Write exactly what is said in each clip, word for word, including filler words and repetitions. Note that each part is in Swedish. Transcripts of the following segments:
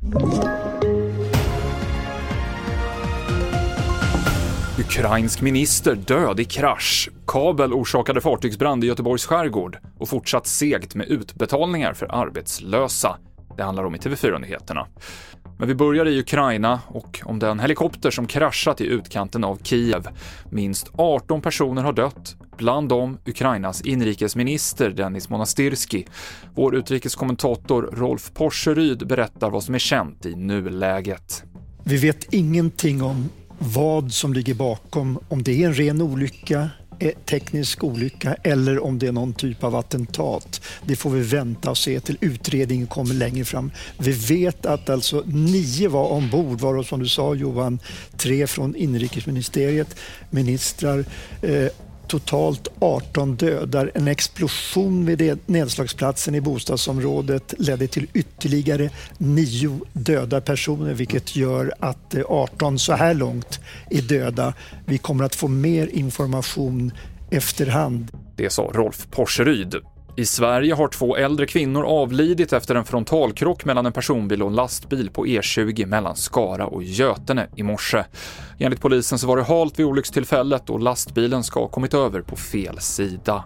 Ukrainsk minister död i krasch. Kabel orsakade fartygsbrand i Göteborgs skärgård och fortsatt segt med utbetalningar för arbetslösa. Det handlar om i T V fyra-nyheterna. Men vi börjar i Ukraina och om den helikopter som kraschat i utkanten av Kiev. Minst arton personer har dött, bland dem Ukrainas inrikesminister Denis Monastirski. Vår utrikeskommentator Rolf Porseryd berättar vad som är känt i nuläget. Vi vet ingenting om vad som ligger bakom, om det är en ren olycka, teknisk olycka eller om det är någon typ av attentat. Det får vi vänta och se till utredningen kommer längre fram. Vi vet att alltså nio var ombord, varav som du sa Johan, tre från inrikesministeriet, ministrar, eh, totalt arton dödar. En explosion vid nedslagsplatsen i bostadsområdet ledde till ytterligare nio döda personer, vilket gör att arton så här långt är döda. Vi kommer att få mer information efterhand. Det sa Rolf Porseryd. I Sverige har två äldre kvinnor avlidit efter en frontalkrock mellan en personbil och en lastbil på E tjugo mellan Skara och Götene i morse. Enligt polisen så var det halt vid olyckstillfället och lastbilen ska ha kommit över på fel sida.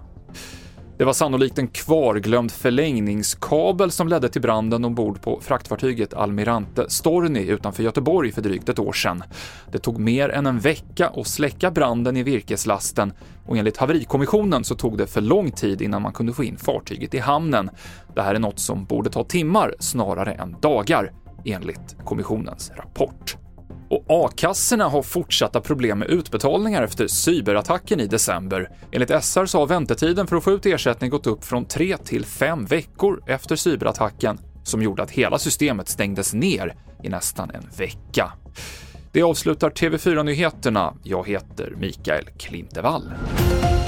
Det var sannolikt en kvarglömd förlängningskabel som ledde till branden ombord på fraktfartyget Almirante Storni utanför Göteborg för drygt ett år sedan. Det tog mer än en vecka att släcka branden i virkeslasten och enligt haverikommissionen så tog det för lång tid innan man kunde få in fartyget i hamnen. Det här är något som borde ta timmar snarare än dagar enligt kommissionens rapport. Och A-kassorna har fortsatta problem med utbetalningar efter cyberattacken i december. Enligt S R så har väntetiden för att få ut ersättning gått upp från tre till fem veckor efter cyberattacken som gjorde att hela systemet stängdes ner i nästan en vecka. Det avslutar T V fyra-nyheterna. Jag heter Mikael Klintevall.